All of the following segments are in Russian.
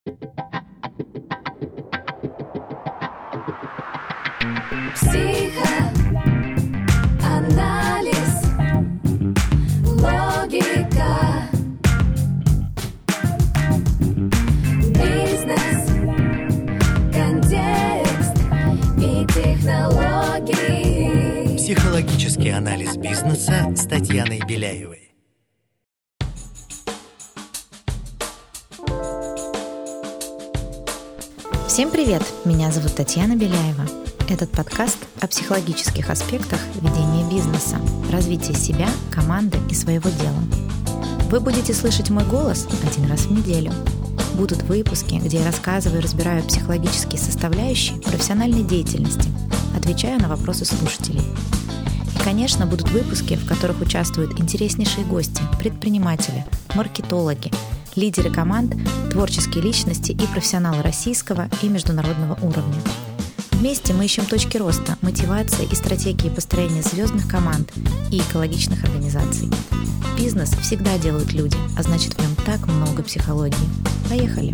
Психоанализ, логика, бизнес, контекст и технологии. Психологический анализ бизнеса с Татьяной Беляевой. Всем привет! Меня зовут Татьяна Беляева. Этот подкаст о психологических аспектах ведения бизнеса, развития себя, команды и своего дела. Вы будете слышать мой голос один раз в неделю. Будут выпуски, где я рассказываю и разбираю психологические составляющие профессиональной деятельности, отвечаю на вопросы слушателей. И, конечно, будут выпуски, в которых участвуют интереснейшие гости, предприниматели, маркетологи, лидеры команд, творческие личности и профессионалы российского и международного уровня. Вместе мы ищем точки роста, мотивации и стратегии построения звездных команд и экологичных организаций. Бизнес всегда делают люди, а значит, в нем так много психологии. Поехали!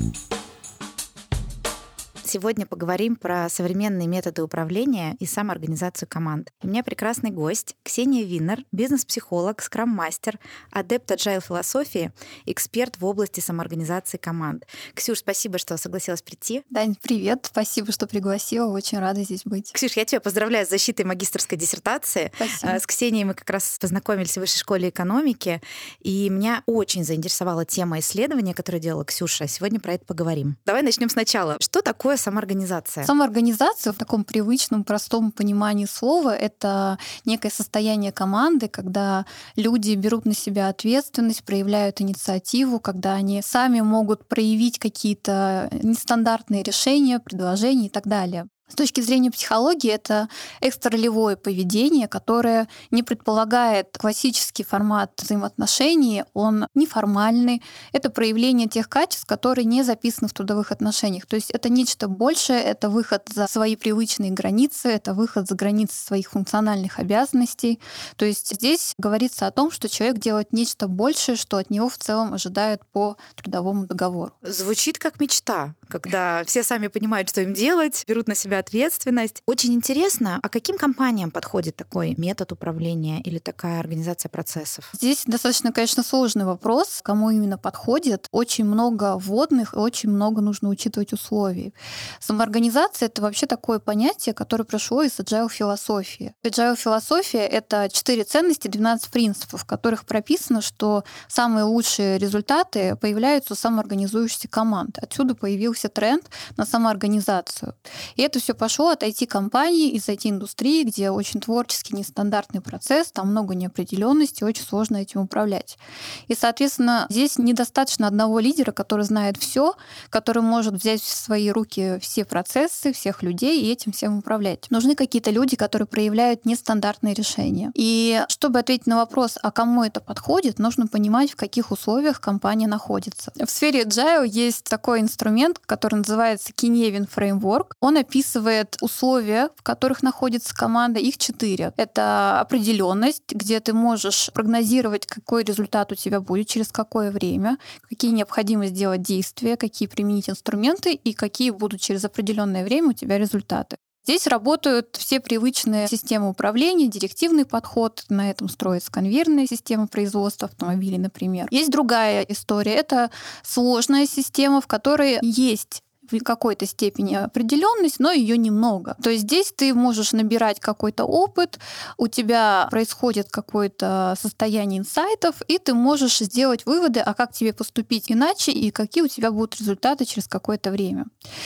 Сегодня поговорим про современные методы управления и самоорганизацию команд. У меня прекрасный гость Ксения Виннер, бизнес-психолог, скрам-мастер, адепт agile философии, эксперт в области самоорганизации команд. Ксюш, спасибо, что согласилась прийти. Дань, привет. Спасибо, что пригласила. Очень рада здесь быть. Ксюш, я тебя поздравляю с защитой магистерской диссертации. Спасибо. С Ксенией мы как раз познакомились в Высшей школе экономики, и меня очень заинтересовала тема исследования, которое делала Ксюша. Сегодня про это поговорим. Давай начнем сначала. Что такое самоорганизация? Самоорганизация в таком привычном, простом понимании слова — это некое состояние команды, когда люди берут на себя ответственность, проявляют инициативу, когда они сами могут проявить какие-то нестандартные решения, предложения и так далее. С точки зрения психологии, это экстраролевое поведение, которое не предполагает классический формат взаимоотношений, он неформальный. Это проявление тех качеств, которые не записаны в трудовых отношениях. То есть это нечто большее, это выход за свои привычные границы, это выход за границы своих функциональных обязанностей. То есть здесь говорится о том, что человек делает нечто большее, что от него в целом ожидают по трудовому договору. Звучит как мечта, когда все сами понимают, что им делать, берут на себя ответственность. Очень интересно, а каким компаниям подходит такой метод управления или такая организация процессов? Здесь достаточно, конечно, сложный вопрос, кому именно подходит. Очень много вводных и очень много нужно учитывать условий. Самоорганизация — это вообще такое понятие, которое пришло из agile философии. Agile философия — это 4 ценности, 12 принципов, в которых прописано, что самые лучшие результаты появляются у самоорганизующихся команд. Отсюда появился тренд на самоорганизацию. И это все пошло от IT-компаний, из IT-индустрии, где очень творческий, нестандартный процесс, там много неопределенности, очень сложно этим управлять. И, соответственно, здесь недостаточно одного лидера, который знает все, который может взять в свои руки все процессы, всех людей и этим всем управлять. Нужны какие-то люди, которые проявляют нестандартные решения. И чтобы ответить на вопрос, а кому это подходит, нужно понимать, в каких условиях компания находится. В сфере Agile есть такой инструмент, который называется Kinevin Framework. Он описывает условия, в которых находится команда. Их 4. Это определенность, где ты можешь прогнозировать, какой результат у тебя будет, через какое время, какие необходимо сделать действия, какие применить инструменты и какие будут через определенное время у тебя результаты. Здесь работают все привычные системы управления, директивный подход, на этом строится конвейерная система производства автомобилей, например. Есть другая история, это сложная система, в которой есть в какой-то степени определенность, но ее немного. То есть здесь ты можешь набирать какой-то опыт, у тебя происходит какое-то состояние инсайтов, и ты можешь сделать выводы, а как тебе поступить иначе и какие у тебя будут результаты через какое-то время.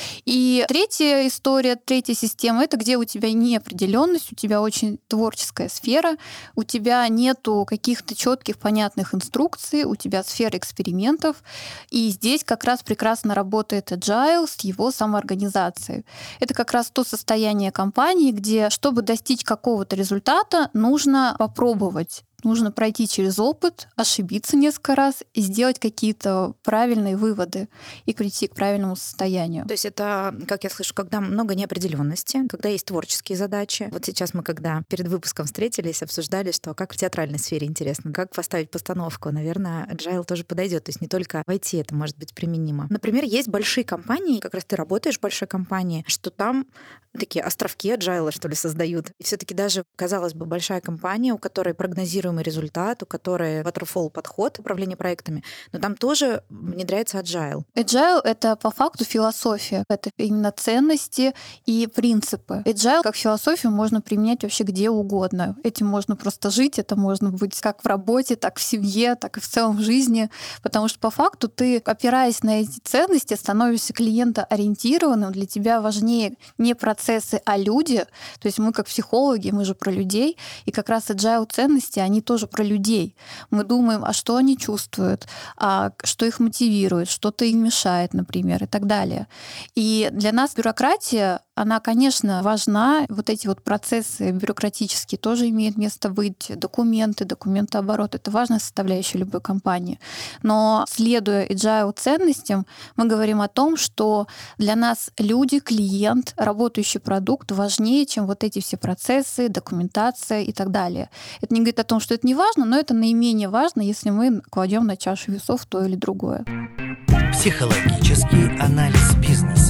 И третья история, третья система — это где у тебя неопределенность, у тебя очень творческая сфера, у тебя нету каких-то четких, понятных инструкций, у тебя сфера экспериментов, и здесь как раз прекрасно работает agile с его самоорганизацией. Это как раз то состояние компании, где, чтобы достичь какого-то результата, нужно попробовать. Нужно пройти через опыт, ошибиться несколько раз и сделать какие-то правильные выводы и прийти к правильному состоянию. То есть это, как я слышу, когда много неопределенности, когда есть творческие задачи. Вот сейчас мы, когда перед выпуском встретились, обсуждали, что как в театральной сфере интересно, как поставить постановку. Наверное, agile тоже подойдет. То есть не только в IT это может быть применимо. Например, есть большие компании, как раз ты работаешь в большой компании, что там такие островки agile, что ли, создают. И все-таки даже, казалось бы, большая компания, у которой прогнозируемый результат, у которой waterfall подход управления проектами, но там тоже внедряется agile. Agile — это по факту философия. Это именно ценности и принципы. Agile как философию можно применять вообще где угодно. Этим можно просто жить, это можно быть как в работе, так в семье, так и в целом в жизни. Потому что по факту ты, опираясь на эти ценности, становишься клиентоориентированным. Для тебя важнее не процессы, а люди. То есть мы как психологи, мы же про людей. И как раз agile ценности, они тоже про людей. Мы думаем, а что они чувствуют, а что их мотивирует, что-то им мешает, например, и так далее. И для нас бюрократия, она, конечно, важна. Вот эти вот процессы бюрократические тоже имеют место быть. Документооборот — это важная составляющая любой компании. Но следуя agile ценностям, мы говорим о том, что для нас люди, клиент, работающий продукт важнее, чем вот эти все процессы, документация и так далее. Это не говорит о том, что это не важно, но это наименее важно, если мы кладем на чашу весов то или другое. Психологический анализ бизнеса.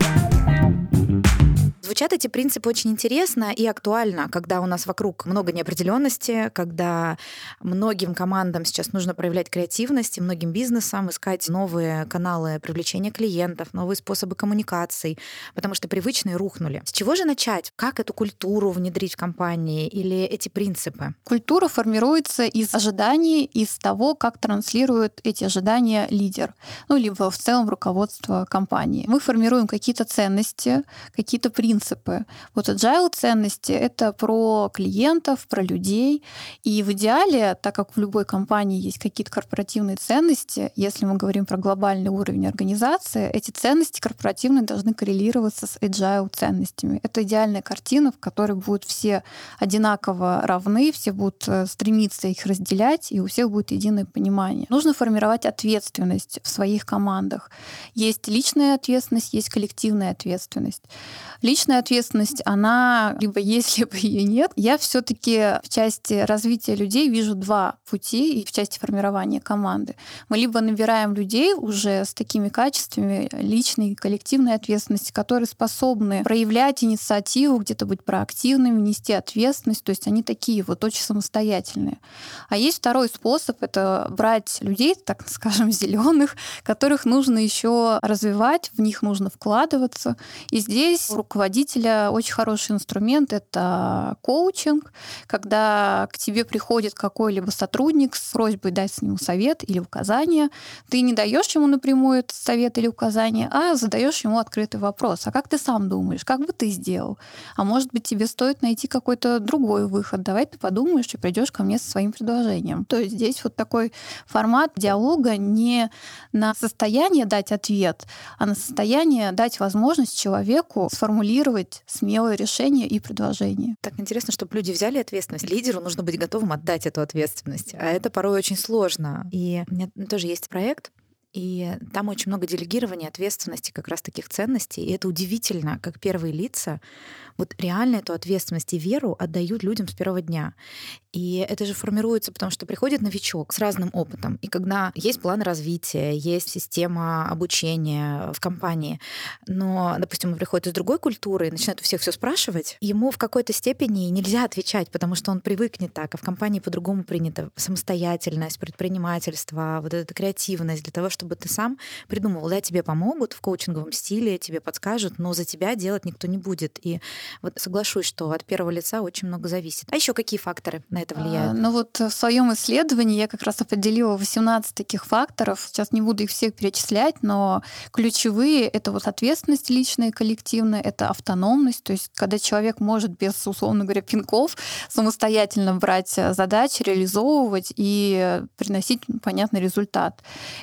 Звучат эти принципы очень интересно и актуально, когда у нас вокруг много неопределенности, когда многим командам сейчас нужно проявлять креативность, и многим бизнесам искать новые каналы привлечения клиентов, новые способы коммуникаций, потому что привычные рухнули. С чего же начать? Как эту культуру внедрить в компании или эти принципы? Культура формируется из ожиданий, из того, как транслирует эти ожидания лидер, либо в целом руководство компании. Мы формируем какие-то ценности, какие-то принципы. Вот agile ценности — это про клиентов, про людей. И в идеале, так как в любой компании есть какие-то корпоративные ценности, если мы говорим про глобальный уровень организации, эти ценности корпоративные должны коррелироваться с agile ценностями. Это идеальная картина, в которой будут все одинаково равны, все будут стремиться их разделять, и у всех будет единое понимание. Нужно формировать ответственность в своих командах. Есть личная ответственность, есть коллективная ответственность. Личная ответственность, она либо есть, либо ее нет. Я все-таки в части развития людей вижу два пути и в части формирования команды. Мы либо набираем людей уже с такими качествами личной и коллективной ответственности, которые способны проявлять инициативу, где-то быть проактивными, нести ответственность. То есть они такие вот очень самостоятельные. А есть второй способ — это брать людей, так скажем, зеленых, которых нужно еще развивать, в них нужно вкладываться. И здесь у руководителя очень хороший инструмент — это коучинг, когда к тебе приходит какой-либо сотрудник с просьбой дать ему совет или указание. Ты не даешь ему напрямую этот совет или указание, а задаешь ему открытый вопрос. А как ты сам думаешь? Как бы ты сделал? А может быть, тебе стоит найти какой-то другой выход? Давай ты подумаешь и придешь ко мне со своим предложением. То есть здесь вот такой формат диалога не на состояние дать ответ, а на состояние дать возможность человеку сформулировать смелое решение и предложение. Так интересно, чтобы люди взяли ответственность. Лидеру нужно быть готовым отдать эту ответственность. А это порой очень сложно. И у меня тоже есть проект, и там очень много делегирования ответственности, как раз таких ценностей. И это удивительно, как первые лица вот реально эту ответственность и веру отдают людям с первого дня. И это же формируется, потому что приходит новичок с разным опытом. И когда есть план развития, есть система обучения в компании, но, допустим, он приходит из другой культуры и начинает у всех все спрашивать, ему в какой-то степени нельзя отвечать, потому что он привыкнет так, а в компании по-другому принято самостоятельность, предпринимательство, вот эта креативность для того, чтобы ты сам придумывал. Да, тебе помогут в коучинговом стиле, тебе подскажут, но за тебя делать никто не будет. И вот соглашусь, что от первого лица очень много зависит. А еще какие факторы на это влияют? Ну вот в своем исследовании я как раз определила 18 таких факторов. Сейчас не буду их всех перечислять, но ключевые — это вот ответственность личная и коллективная, это автономность, то есть когда человек может без, условно говоря, пинков самостоятельно брать задачи, реализовывать и приносить понятный результат. Это полноценность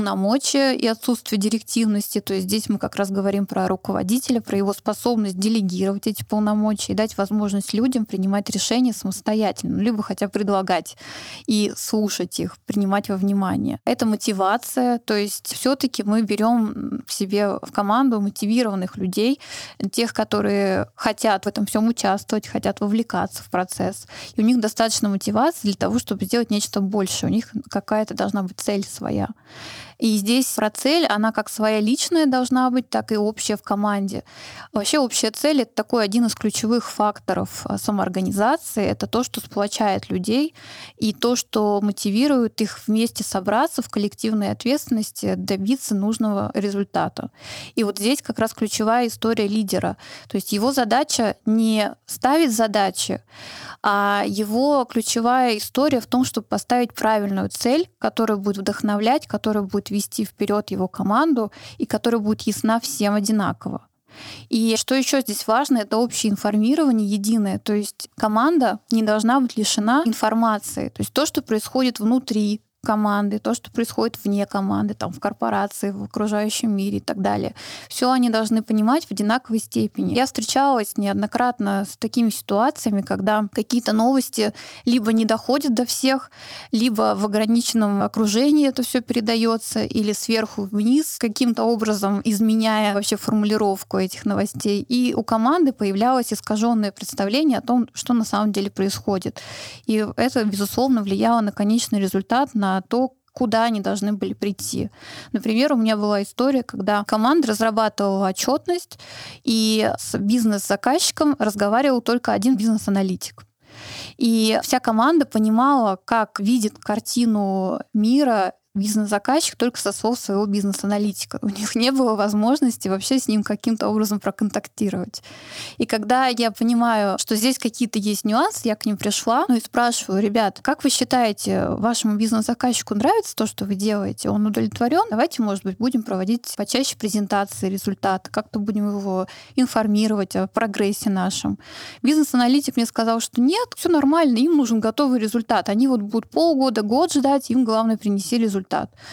полномочия и отсутствие директивности. То есть здесь мы как раз говорим про руководителя, про его способность делегировать эти полномочия и дать возможность людям принимать решения самостоятельно, либо хотя бы предлагать и слушать их, принимать во внимание. Это мотивация, то есть все-таки мы берем к себе в команду мотивированных людей, тех, которые хотят в этом всем участвовать, хотят вовлекаться в процесс. И у них достаточно мотивации для того, чтобы сделать нечто большее. У них какая-то должна быть цель своя. И здесь про цель, она как своя личная должна быть, так и общая в команде. Вообще общая цель — это такой один из ключевых факторов самоорганизации. Это то, что сплочает людей и то, что мотивирует их вместе собраться в коллективной ответственности, добиться нужного результата. И вот здесь как раз ключевая история лидера. То есть его задача не ставить задачи, а его ключевая история в том, чтобы поставить правильную цель, которая будет вдохновлять, которая будет вести вперед его команду и которая будет ясна всем одинаково. И что еще здесь важно, это общее информирование единое. То есть команда не должна быть лишена информации. То есть то, что происходит внутри команды, то, что происходит вне команды, там, в корпорации, в окружающем мире и так далее. Все они должны понимать в одинаковой степени. Я встречалась неоднократно с такими ситуациями, когда какие-то новости либо не доходят до всех, либо в ограниченном окружении это все передается, или сверху вниз, каким-то образом изменяя вообще формулировку этих новостей. И у команды появлялось искаженное представление о том, что на самом деле происходит. И это, безусловно, влияло на конечный результат, на то, куда они должны были прийти. Например, у меня была история, когда команда разрабатывала отчетность, и с бизнес-заказчиком разговаривал только один бизнес-аналитик. И вся команда понимала, как видит картину мира бизнес-заказчик только со слов своего бизнес-аналитика. У них не было возможности вообще с ним каким-то образом проконтактировать. И когда я понимаю, что здесь какие-то есть нюансы, я к ним пришла, и спрашиваю: ребят, как вы считаете, вашему бизнес-заказчику нравится то, что вы делаете? Он удовлетворен? Давайте, может быть, будем проводить почаще презентации результата, как-то будем его информировать о прогрессе нашем. Бизнес-аналитик мне сказал, что нет, все нормально, им нужен готовый результат. Они вот будут полгода, год ждать, им главное принести результат.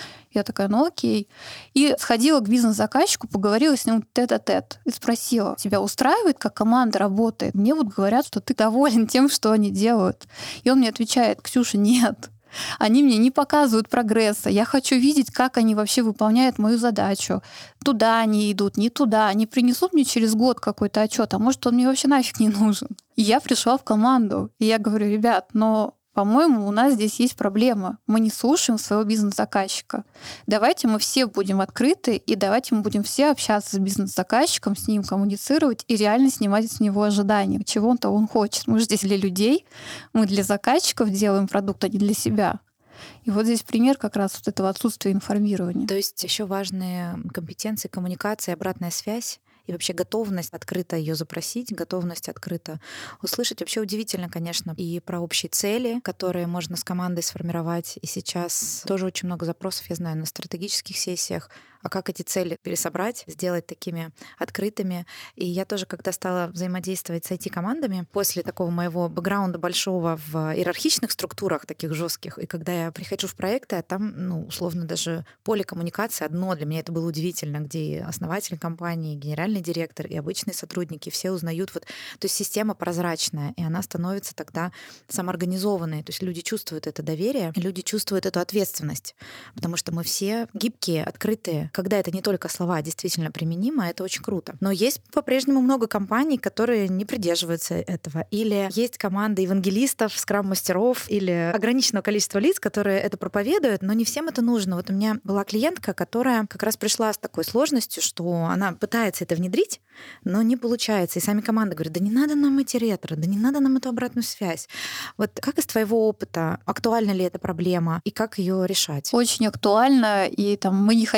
Я такая: ну окей. И сходила к бизнес-заказчику, поговорила с ним тет-а-тет и спросила: тебя устраивает, как команда работает? Мне вот говорят, что ты доволен тем, что они делают. И он мне отвечает: Ксюша, нет. Они мне не показывают прогресса. Я хочу видеть, как они вообще выполняют мою задачу. Туда они идут, не туда. Они принесут мне через год какой-то отчет, а может, он мне вообще нафиг не нужен. И я пришла в команду, и я говорю: ребят, но по-моему, у нас здесь есть проблема. Мы не слушаем своего бизнес-заказчика. Давайте мы все будем открыты, и давайте мы будем все общаться с бизнес-заказчиком, с ним коммуницировать и реально снимать с него ожидания, чего он хочет. Мы же здесь для людей, мы для заказчиков делаем продукт, а не для себя. И вот здесь пример как раз вот этого отсутствия информирования. То есть еще важные компетенции, коммуникация, обратная связь. И вообще готовность открыто ее запросить, готовность открыто услышать. Вообще удивительно, конечно, и про общие цели, которые можно с командой сформировать. И сейчас тоже очень много запросов, я знаю, на стратегических сессиях. А как эти цели пересобрать, сделать такими открытыми. И я тоже, когда стала взаимодействовать с IT-командами, после такого моего бэкграунда большого в иерархичных структурах, таких жестких, и когда я прихожу в проекты, а там, условно, даже поле коммуникации одно, для меня это было удивительно, где и основатель компании, и генеральный директор, и обычные сотрудники, все узнают. То есть система прозрачная, и она становится тогда самоорганизованной. То есть люди чувствуют это доверие, люди чувствуют эту ответственность, потому что мы все гибкие, открытые. Когда это не только слова, а действительно применимо, это очень круто. Но есть по-прежнему много компаний, которые не придерживаются этого. Или есть команда евангелистов, скрам-мастеров или ограниченного количества лиц, которые это проповедуют, но не всем это нужно. Вот у меня была клиентка, которая как раз пришла с такой сложностью, что она пытается это внедрить, но не получается. И сами команды говорят: да не надо нам эти ретро, да не надо нам эту обратную связь. Вот как из твоего опыта, актуальна ли эта проблема и как ее решать? Очень актуально, и мы не хотим ретро,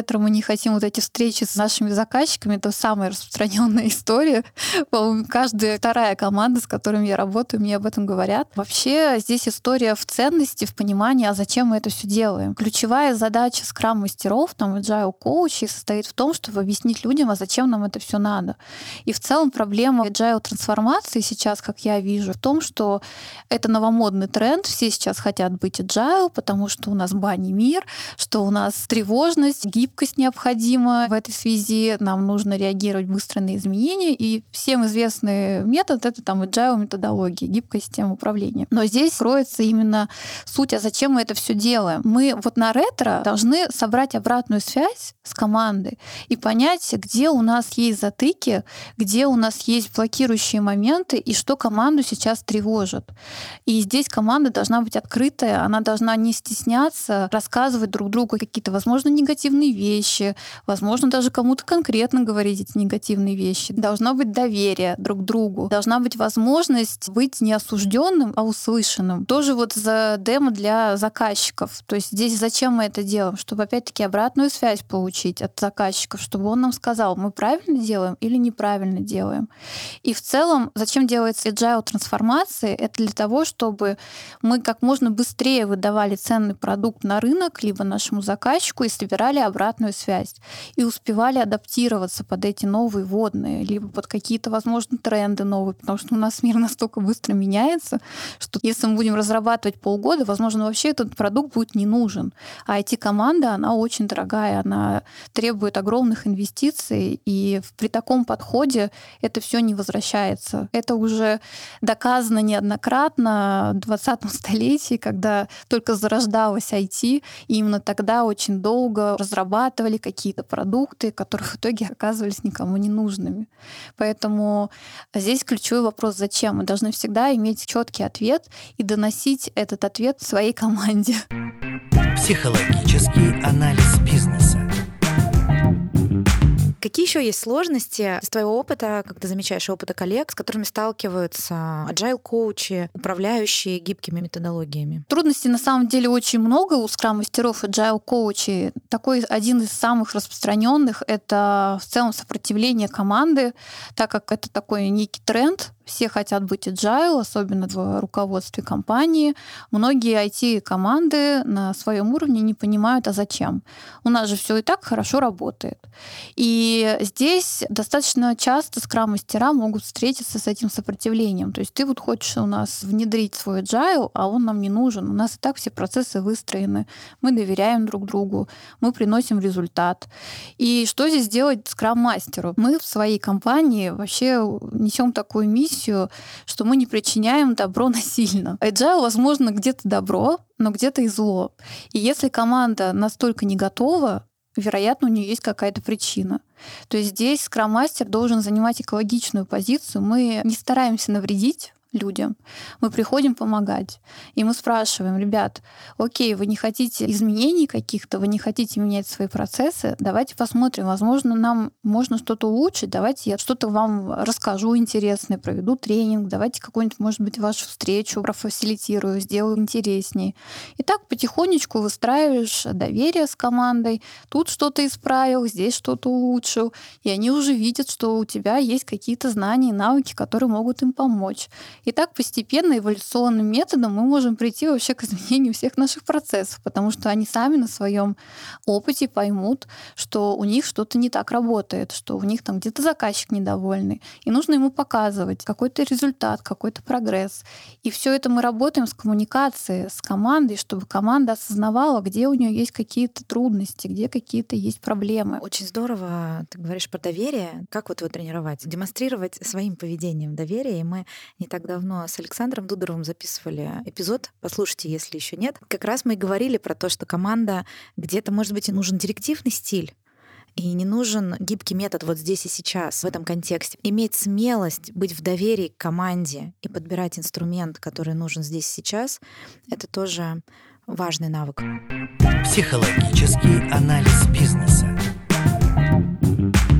ретро мы не хотим вот эти встречи с нашими заказчиками, это самая распространенная история. По-моему, каждая вторая команда, с которыми я работаю, мне об этом говорят. Вообще здесь история в ценности, в понимании, а зачем мы это все делаем. Ключевая задача скрам-мастеров, там, agile коучей состоит в том, чтобы объяснить людям, а зачем нам это все надо. И в целом проблема agile трансформации сейчас, как я вижу, в том, что это новомодный тренд, все сейчас хотят быть agile, потому что у нас бани мир, что у нас тревожность, гибкость необходима в этой связи, нам нужно реагировать быстро на изменения, и всем известный метод — это там agile методология, гибкая система управления. Но здесь кроется именно суть, а зачем мы это все делаем. Мы вот на ретро должны собрать обратную связь с командой и понять, где у нас есть затыки, где у нас есть блокирующие моменты и что команду сейчас тревожит. И здесь команда должна быть открытая, она должна не стесняться рассказывать друг другу какие-то, возможно, негативные вещи, возможно, даже кому-то конкретно говорить эти негативные вещи. Должно быть доверие друг к другу, должна быть возможность быть не осужденным, а услышанным. Тоже вот за демо для заказчиков. То есть здесь зачем мы это делаем? Чтобы опять-таки обратную связь получить от заказчиков, чтобы он нам сказал, мы правильно делаем или неправильно делаем. И в целом, зачем делается agile трансформации? Это для того, чтобы мы как можно быстрее выдавали ценный продукт на рынок, либо нашему заказчику, и собирали обратную связь. И успевали адаптироваться под эти новые вводные, либо под какие-то, возможно, тренды новые, потому что у нас мир настолько быстро меняется, что если мы будем разрабатывать полгода, возможно, вообще этот продукт будет не нужен. А IT-команда, она очень дорогая, она требует огромных инвестиций, и при таком подходе это все не возвращается. Это уже доказано неоднократно в 20-м столетии, когда только зарождалась IT, и именно тогда очень долго разрабатывали какие-то продукты, которые в итоге оказывались никому не нужными. Поэтому здесь ключевой вопрос, зачем? Мы должны всегда иметь четкий ответ и доносить этот ответ своей команде. Психологический анализ бизнеса. Какие еще есть сложности из твоего опыта, как ты замечаешь, опыта коллег, с которыми сталкиваются agile-коучи, управляющие гибкими методологиями? Трудностей на самом деле очень много у скрам-мастеров и agile-коучей. Такой один из самых распространенных — это в целом сопротивление команды, так как это такой некий тренд. Все хотят быть agile, особенно в руководстве компании. Многие IT-команды на своем уровне не понимают, а зачем. У нас же все и так хорошо работает. И здесь достаточно часто скрам-мастера могут встретиться с этим сопротивлением. То есть ты вот хочешь у нас внедрить свой agile, а он нам не нужен. У нас и так все процессы выстроены. Мы доверяем друг другу, мы приносим результат. И что здесь делать скрам-мастеру? Мы в своей компании вообще несем такую миссию, что мы не причиняем добро насильно. Agile, возможно, где-то добро, но где-то и зло. И если команда настолько не готова, вероятно, у нее есть какая-то причина. То есть здесь скрам-мастер должен занимать экологичную позицию. Мы не стараемся навредить людям. Мы приходим помогать. И мы спрашиваем, ребят, окей, вы не хотите изменений каких-то, вы не хотите менять свои процессы, давайте посмотрим, возможно, нам можно что-то улучшить, давайте я что-то вам расскажу интересное, проведу тренинг, давайте какую-нибудь, может быть, вашу встречу профасилитирую, сделаю интереснее. И так потихонечку выстраиваешь доверие с командой. Тут что-то исправил, здесь что-то улучшил. И они уже видят, что у тебя есть какие-то знания и навыки, которые могут им помочь. И так постепенно, эволюционным методом мы можем прийти вообще к изменению всех наших процессов, потому что они сами на своем опыте поймут, что у них что-то не так работает, что у них там где-то заказчик недовольный, и нужно ему показывать какой-то результат, какой-то прогресс. И все это мы работаем с коммуникацией, с командой, чтобы команда осознавала, где у нее есть какие-то трудности, где какие-то есть проблемы. Очень здорово, ты говоришь про доверие. Как вот его тренировать? Демонстрировать своим поведением доверие. И мы не так давно с Александром Дударовым записывали эпизод, послушайте, если еще нет. Как раз мы и говорили про то, что команда где-то, может быть, и нужен директивный стиль, и не нужен гибкий метод вот здесь и сейчас, в этом контексте. Иметь смелость быть в доверии к команде и подбирать инструмент, который нужен здесь и сейчас, это тоже важный навык. Психологический анализ бизнеса.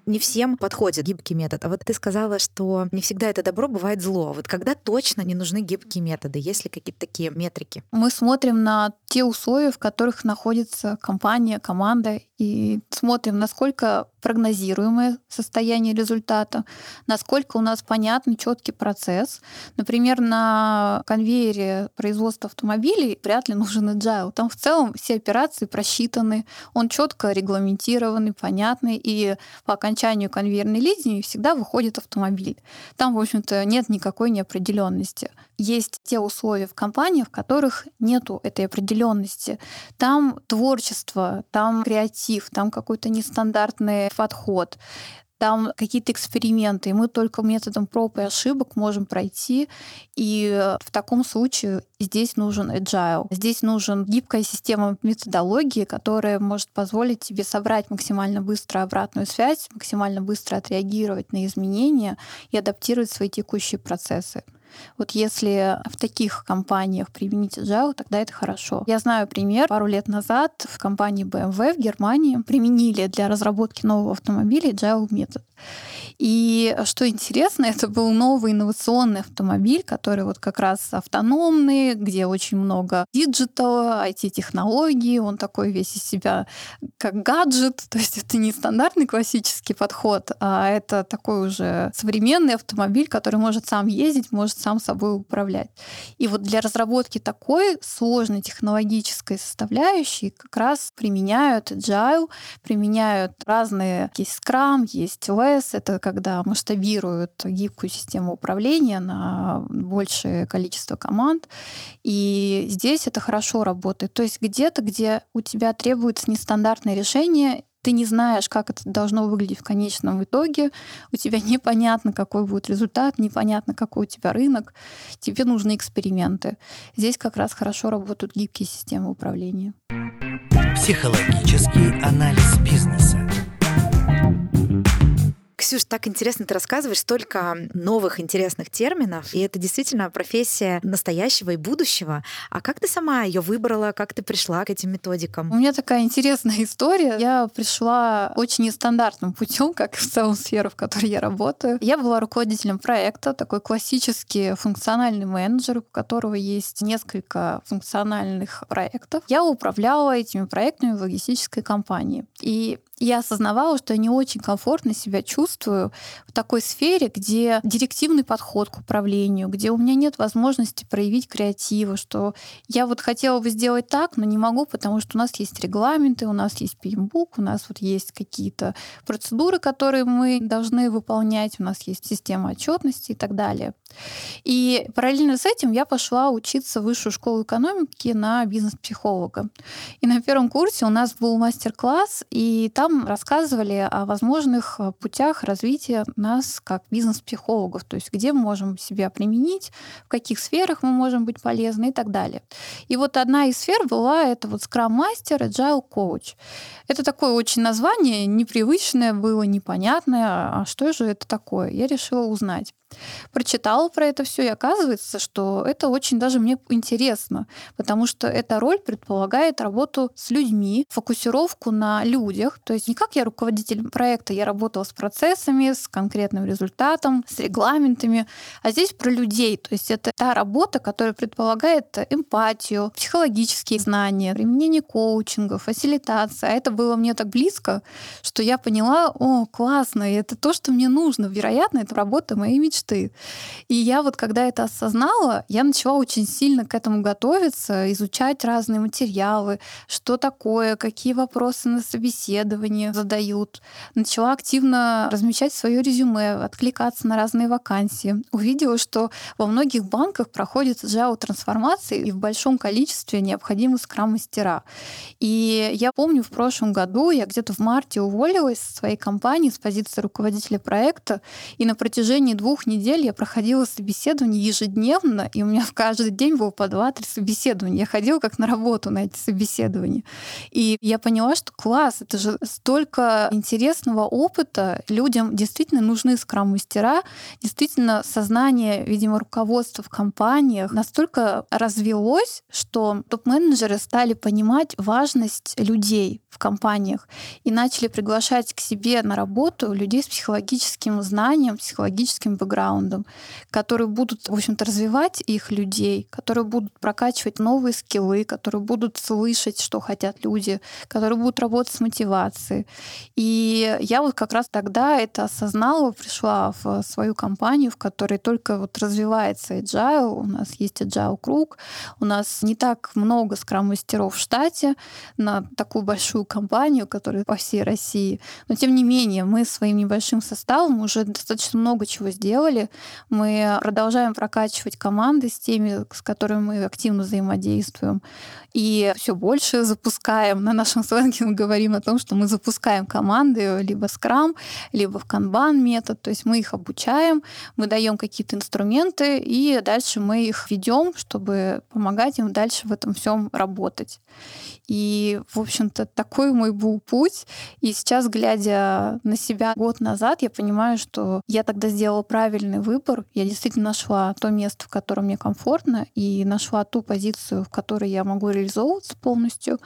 не всем подходит гибкий метод. А вот ты сказала, что не всегда это добро, бывает зло. Вот когда точно не нужны гибкие методы? Есть ли какие-то такие метрики? Мы смотрим на те условия, в которых находится компания, команда, и смотрим, насколько прогнозируемое состояние результата, насколько у нас понятный, четкий процесс. Например, на конвейере производства автомобилей вряд ли нужен agile. Там в целом все операции просчитаны, он четко регламентированный, понятный, и по окончанию конвейерной линии всегда выходит автомобиль. Там, в общем-то, нет никакой неопределенности. Есть те условия в компании, в которых нету этой определенности. Там творчество, там креатив, там какой-то нестандартный подход, там какие-то эксперименты, и мы только методом проб и ошибок можем пройти. И в таком случае здесь нужен agile. Здесь нужен гибкая система методологии, которая может позволить тебе собрать максимально быстро обратную связь, максимально быстро отреагировать на изменения и адаптировать свои текущие процессы. Вот если в таких компаниях применить agile, тогда это хорошо. Я знаю пример. Пару лет назад в компании BMW в Германии применили для разработки нового автомобиля agile метод. И что интересно, это был новый инновационный автомобиль, который вот как раз автономный, где очень много диджитала, IT-технологий, он такой весь из себя как гаджет, то есть это не стандартный классический подход, а это такой уже современный автомобиль, который может сам ездить, может сам собой управлять. И вот для разработки такой сложной технологической составляющей как раз применяют agile, применяют разные, есть Scrum, есть LESS, это когда масштабируют гибкую систему управления на большее количество команд. И здесь это хорошо работает. То есть где-то, где у тебя требуется нестандартное решение, ты не знаешь, как это должно выглядеть в конечном итоге, у тебя непонятно, какой будет результат, непонятно, какой у тебя рынок, тебе нужны эксперименты. Здесь как раз хорошо работают гибкие системы управления. Психологический анализ бизнеса. Ксюш, так интересно ты рассказываешь, столько новых интересных терминов, и это действительно профессия настоящего и будущего. А как ты сама ее выбрала, как ты пришла к этим методикам? У меня такая интересная история. Я пришла очень нестандартным путем, как и в целом сферу, в которой я работаю. Я была руководителем проекта, такой классический функциональный менеджер, у которого есть несколько функциональных проектов. Я управляла этими проектами в логистической компании. И я осознавала, что я не очень комфортно себя чувствую в такой сфере, где директивный подход к управлению, где у меня нет возможности проявить креатива, что я вот хотела бы сделать так, но не могу, потому что у нас есть регламенты, у нас есть PMBOK, у нас вот есть какие-то процедуры, которые мы должны выполнять, у нас есть система отчетности и так далее. И параллельно с этим я пошла учиться в высшую школу экономики на бизнес-психолога. И на первом курсе у нас был мастер-класс, и там рассказывали о возможных путях развития нас как бизнес-психологов, то есть где мы можем себя применить, в каких сферах мы можем быть полезны и так далее. И вот одна из сфер была это вот Scrum-мастер, Agile Coach. Это такое очень название, непривычное было, непонятное. А что же это такое? Я решила узнать. Прочитала про это все, и оказывается, что это очень даже мне интересно, потому что эта роль предполагает работу с людьми, фокусировку на людях. То есть не как я руководитель проекта, я работала с процессами, с конкретным результатом, с регламентами, а здесь про людей. То есть это та работа, которая предполагает эмпатию, психологические знания, применение коучинга, фасилитация. А это было мне так близко, что я поняла, о, классно, и это то, что мне нужно. Вероятно, это работа моей мечты. И я вот, когда это осознала, я начала очень сильно к этому готовиться, изучать разные материалы, что такое, какие вопросы на собеседовании задают. Начала активно размещать свое резюме, откликаться на разные вакансии. Увидела, что во многих банках проходит agile-трансформации, и в большом количестве необходимы скрам-мастера. И я помню, в прошлом году я где-то в марте уволилась со своей компании с позиции руководителя проекта, и на протяжении 2 недель я проходила собеседование ежедневно, и у меня в каждый день было по 2-3 собеседования. Я ходила как на работу на эти собеседования. И я поняла, что класс, это же столько интересного опыта. Людям действительно нужны скрам-мастера, действительно сознание, видимо, руководства в компаниях настолько развелось, что топ-менеджеры стали понимать важность людей в компаниях и начали приглашать к себе на работу людей с психологическим знанием, психологическим бэкграундом, которые будут, в общем-то, развивать их людей, которые будут прокачивать новые скиллы, которые будут слышать, что хотят люди, которые будут работать с мотивацией. И я вот как раз тогда это осознала, пришла в свою компанию, в которой только вот развивается agile, у нас есть agile круг, у нас не так много скрам-мастеров в штате на такую большую компанию, которая по всей России, но тем не менее мы своим небольшим составом уже достаточно много чего сделали. Мы продолжаем прокачивать команды с теми, с которыми мы активно взаимодействуем. И все больше запускаем. На нашем сленге мы говорим о том, что мы запускаем команды либо Scrum, либо в Kanban метод. То есть мы их обучаем, мы даем какие-то инструменты, и дальше мы их ведем, чтобы помогать им дальше в этом всем работать. И, в общем-то, такой мой был путь. И сейчас, глядя на себя год назад, я понимаю, что я тогда сделала правильный выбор. Я действительно нашла то место, в котором мне комфортно, и нашла ту позицию, в которой я могу реализовываться полностью.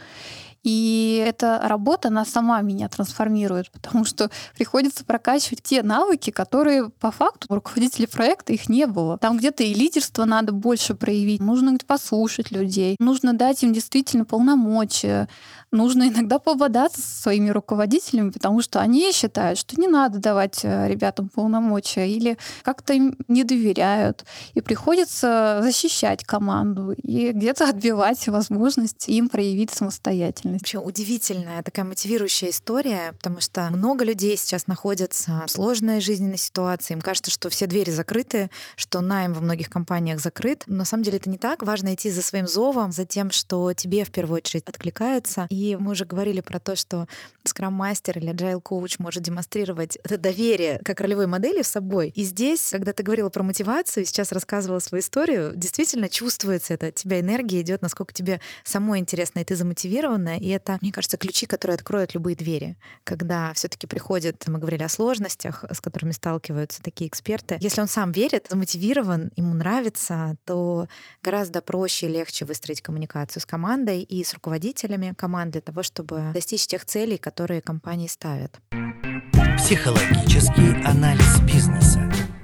И эта работа, она сама меня трансформирует, потому что приходится прокачивать те навыки, которые по факту у руководителей проекта их не было. Там где-то и лидерство надо больше проявить, нужно послушать людей, нужно дать им действительно полномочия, нужно иногда пободаться со своими руководителями, потому что они считают, что не надо давать ребятам полномочия или как-то им не доверяют. И приходится защищать команду и где-то отбивать возможность им проявить самостоятельность. Вообще удивительная такая мотивирующая история, потому что много людей сейчас находятся в сложной жизненной ситуации. Им кажется, что все двери закрыты, что найм во многих компаниях закрыт. Но на самом деле это не так. Важно идти за своим зовом, за тем, что тебе в первую очередь откликается. И мы уже говорили про то, что скрам-мастер или agile-коуч может демонстрировать это доверие как ролевой модели в собой. И здесь, когда ты говорила про мотивацию, сейчас рассказывала свою историю, действительно чувствуется это. От тебя энергия идет, насколько тебе самой интересно, и ты замотивирована. И это, мне кажется, ключи, которые откроют любые двери. Когда все-таки приходят, мы говорили о сложностях, с которыми сталкиваются такие эксперты. Если он сам верит, замотивирован, ему нравится, то гораздо проще и легче выстроить коммуникацию с командой и с руководителями команд для того, чтобы достичь тех целей, которые компании ставят. Психологический анализ бизнеса.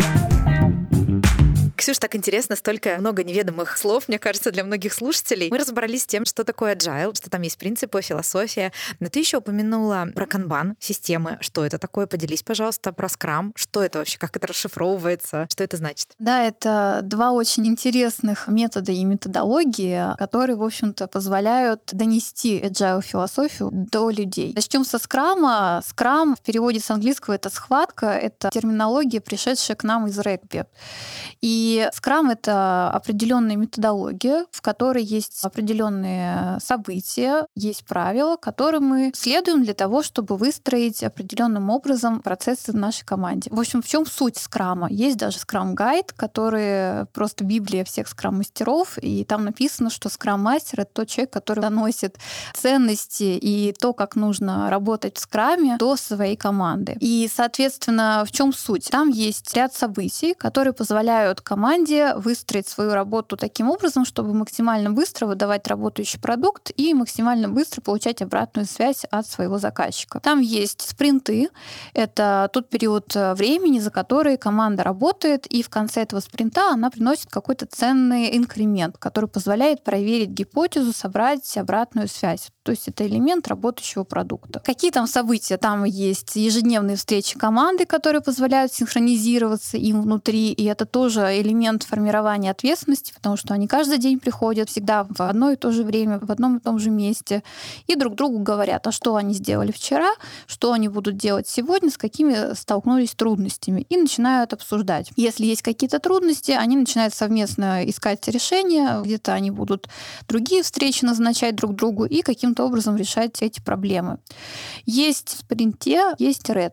Ксюш, так интересно, столько много неведомых слов, мне кажется, для многих слушателей. Мы разобрались с тем, что такое agile, что там есть принципы, философия. Но ты еще упомянула про Kanban, системы. Что это такое? Поделись, пожалуйста, про Scrum. Что это вообще? Как это расшифровывается? Что это значит? Да, это два очень интересных метода и методологии, которые, в общем-то, позволяют донести agile-философию до людей. Начнем со Scrum. Scrum в переводе с английского — это схватка, это терминология, пришедшая к нам из регби. И Scrum — это определенная методология, в которой есть определенные события, есть правила, которые мы следуем для того, чтобы выстроить определенным образом процессы в нашей команде. В общем, в чем суть Scrum? Есть даже Scrum Guide, который просто библия всех скрам-мастеров, и там написано, что скрам-мастер — это тот человек, который доносит ценности и то, как нужно работать в скраме, до своей команды. И, соответственно, в чем суть? Там есть ряд событий, которые позволяют команде выстроить свою работу таким образом, чтобы максимально быстро выдавать работающий продукт и максимально быстро получать обратную связь от своего заказчика. Там есть спринты. Это тот период времени, за который команда работает, и в конце этого спринта она приносит какой-то ценный инкремент, который позволяет проверить гипотезу, собрать обратную связь. То есть это элемент работающего продукта. Какие там события? Там есть ежедневные встречи команды, которые позволяют синхронизироваться им внутри, и это тоже элемент формирования ответственности, потому что они каждый день приходят всегда в одно и то же время, в одном и том же месте, и друг другу говорят, а что они сделали вчера, что они будут делать сегодня, с какими столкнулись трудностями, и начинают обсуждать. Если есть какие-то трудности, они начинают совместно искать решения, где-то они будут другие встречи назначать друг другу и каким-то образом решать эти проблемы. Есть в спринте, есть ретро. То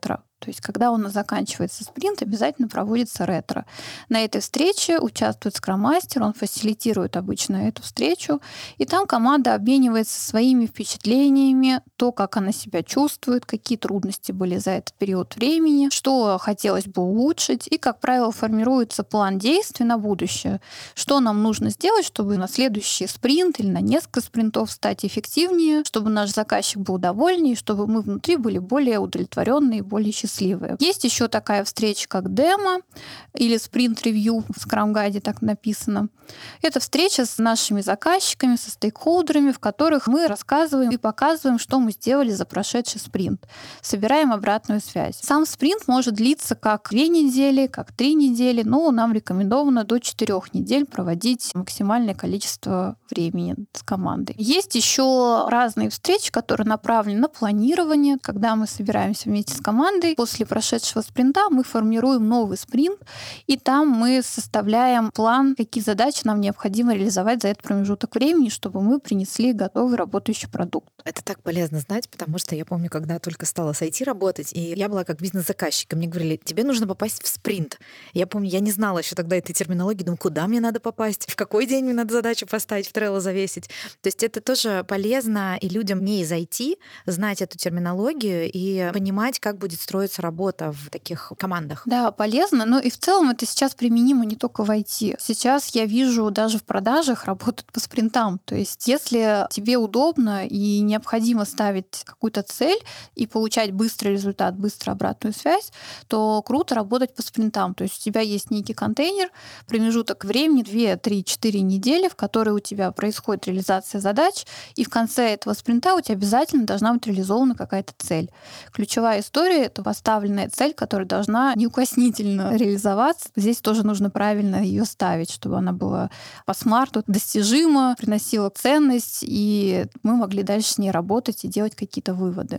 То есть, когда у нас заканчивается спринт, обязательно проводится ретро. На этой встрече участвует скрам-мастер, он фасилитирует обычно эту встречу, и там команда обменивается своими впечатлениями, то, как она себя чувствует, какие трудности были за этот период времени, что хотелось бы улучшить, и, как правило, формируется план действий на будущее, что нам нужно сделать, чтобы на следующий спринт или на несколько спринтов стать эффективнее, чтобы наш заказчик был довольнее, чтобы мы внутри были более удовлетворенные, более счастливые. Есть еще такая встреча, как демо или спринт-ревью, в скрам-гайде так написано. Это встреча с нашими заказчиками, со стейкхолдерами, в которых мы рассказываем и показываем, что мы сделали за прошедший спринт. Собираем обратную связь. Сам спринт может длиться как 2 недели, как 3 недели, но нам рекомендовано до 4 недель проводить максимальное количество времени с командой. Есть еще разные встречи, которые направлены на планирование. Когда мы собираемся вместе с командой, после прошедшего спринта мы формируем новый спринт, и там мы составляем план, какие задачи нам необходимо реализовать за этот промежуток времени, чтобы мы принесли готовый работающий продукт. Это так полезно знать, потому что я помню, когда только стала с IT работать, и я была как бизнес-заказчик, и мне говорили, тебе нужно попасть в спринт. Я помню, я не знала еще тогда этой терминологии, думаю, куда мне надо попасть, в какой день мне надо задачу поставить, в Trello завесить. То есть это тоже полезно и людям не из IT знать эту терминологию и понимать, как будет строиться работа в таких командах. Да, полезно, но и в целом это сейчас применимо не только в IT. Сейчас я вижу даже в продажах работают по спринтам. То есть если тебе удобно и необходимо ставить какую-то цель и получать быстрый результат, быструю обратную связь, то круто работать по спринтам. То есть у тебя есть некий контейнер, промежуток времени 2, 3, 4 недели, в которой у тебя происходит реализация задач, и в конце этого спринта у тебя обязательно должна быть реализована какая-то цель. Ключевая история — это поставленная цель, которая должна неукоснительно реализоваться. Здесь тоже нужно правильно ее ставить, чтобы она была по смарту достижима, приносила ценность, и мы могли дальше с ней работать и делать какие-то выводы.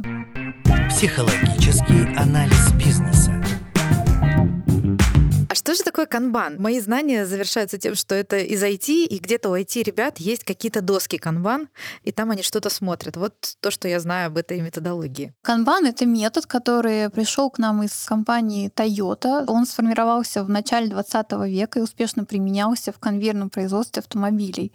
Психологический анализ бизнеса. А что же такое канбан? Мои знания завершаются тем, что это из IT, и где-то у IT-ребят есть какие-то доски канбан, и там они что-то смотрят. Вот то, что я знаю об этой методологии. Канбан — это метод, который пришел к нам из компании Toyota. Он сформировался в начале 20 века и успешно применялся в конвейерном производстве автомобилей.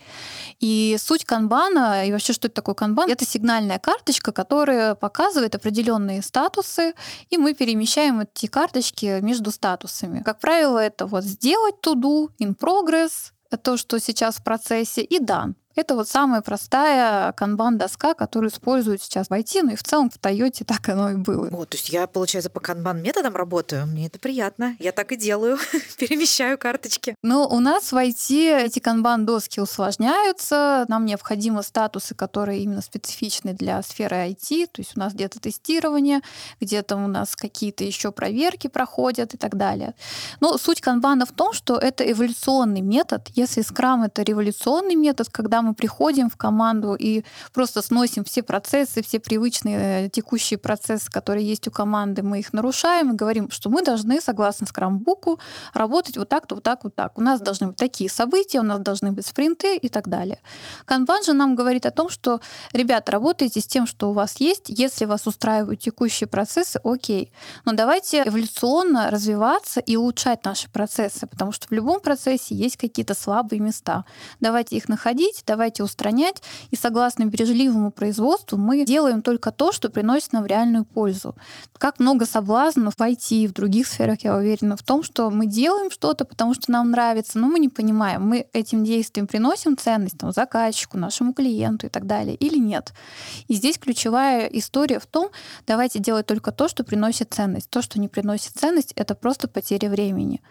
И суть канбана, и вообще, что это такое канбан, это сигнальная карточка, которая показывает определенные статусы, и мы перемещаем эти карточки между статусами. Как правило, это вот сделать to do, in progress, то, что сейчас в процессе, и done. Это вот самая простая канбан-доска, которую используют сейчас в IT, ну и в целом в Toyota так оно и было. О, то есть я, получается, по канбан-методам работаю, мне это приятно. Я так и делаю, перемещаю карточки. Но у нас в IT эти канбан-доски усложняются, нам необходимы статусы, которые именно специфичны для сферы IT, то есть у нас где-то тестирование, где-то у нас какие-то еще проверки проходят и так далее. Но суть канбана в том, что это эволюционный метод. Если Scrum — это революционный метод, когда мы приходим в команду и просто сносим все процессы, все привычные текущие процессы, которые есть у команды, мы их нарушаем и говорим, что мы должны, согласно скрам-буку, работать вот так-то, вот так, вот так. У нас должны быть такие события, у нас должны быть спринты и так далее. Канбан же нам говорит о том, что, ребята, работайте с тем, что у вас есть. Если вас устраивают текущие процессы, окей. Но давайте эволюционно развиваться и улучшать наши процессы, потому что в любом процессе есть какие-то слабые места. Давайте их находить, давайте устранять, и согласно бережливому производству мы делаем только то, что приносит нам реальную пользу. Как много соблазнов в IT и в других сферах, я уверена, в том, что мы делаем что-то, потому что нам нравится, но мы не понимаем, мы этим действием приносим ценность там, заказчику, нашему клиенту и так далее, или нет. И здесь ключевая история в том, давайте делать только то, что приносит ценность. То, что не приносит ценность, это просто потеря времени.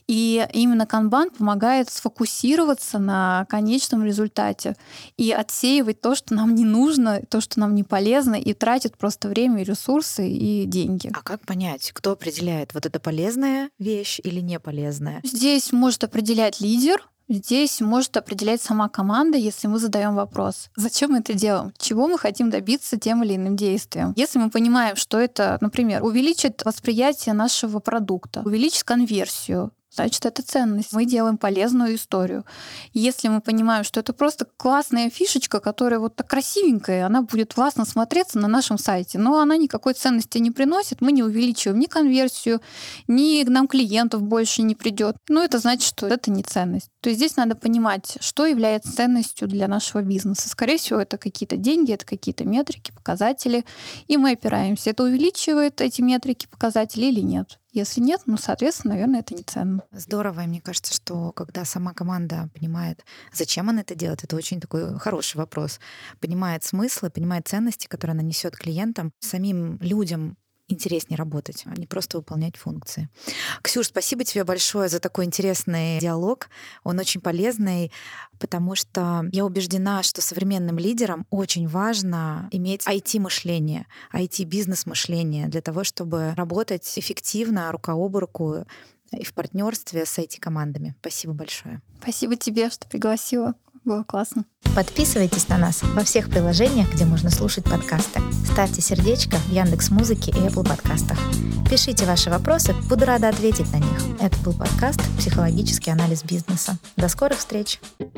И именно канбан помогает сфокусироваться на конечном результате и отсеивать то, что нам не нужно, то, что нам не полезно, и тратит просто время, ресурсы и деньги. А как понять, кто определяет, вот это полезная вещь или не полезная? Здесь может определять лидер, здесь может определять сама команда, если мы задаем вопрос, зачем мы это делаем, чего мы хотим добиться тем или иным действием. Если мы понимаем, что это, например, увеличит восприятие нашего продукта, увеличит конверсию, значит, это ценность. Мы делаем полезную историю. Если мы понимаем, что это просто классная фишечка, которая вот так красивенькая, она будет классно смотреться на нашем сайте, но она никакой ценности не приносит, мы не увеличиваем ни конверсию, ни к нам клиентов больше не придет. Но это значит, что это не ценность. То есть здесь надо понимать, что является ценностью для нашего бизнеса. Скорее всего, это какие-то деньги, это какие-то метрики, показатели, и мы опираемся. Это увеличивает эти метрики, показатели или нет? Если нет, соответственно, наверное, это не ценно. Здорово. И мне кажется, что когда сама команда понимает, зачем она это делает, это очень такой хороший вопрос. Понимает смыслы, понимает ценности, которые она несет клиентам, самим людям интереснее работать, а не просто выполнять функции. Ксюш, спасибо тебе большое за такой интересный диалог. Он очень полезный, потому что я убеждена, что современным лидерам очень важно иметь IT-мышление, IT-бизнес-мышление для того, чтобы работать эффективно, рука об руку и в партнерстве с IT-командами. Спасибо большое. Спасибо тебе, что пригласила. Было классно. Подписывайтесь на нас во всех приложениях, где можно слушать подкасты. Ставьте сердечко в Яндекс.Музыке и Apple подкастах. Пишите ваши вопросы, буду рада ответить на них. Это был подкаст «Психологический анализ бизнеса». До скорых встреч!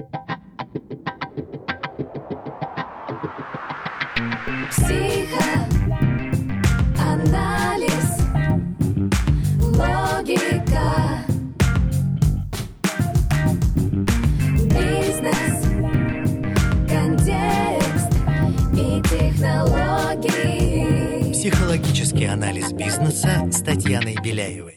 Психоанализ, логика, бизнес, контекст и технологии. Психологический анализ бизнеса с Татьяной Беляевой.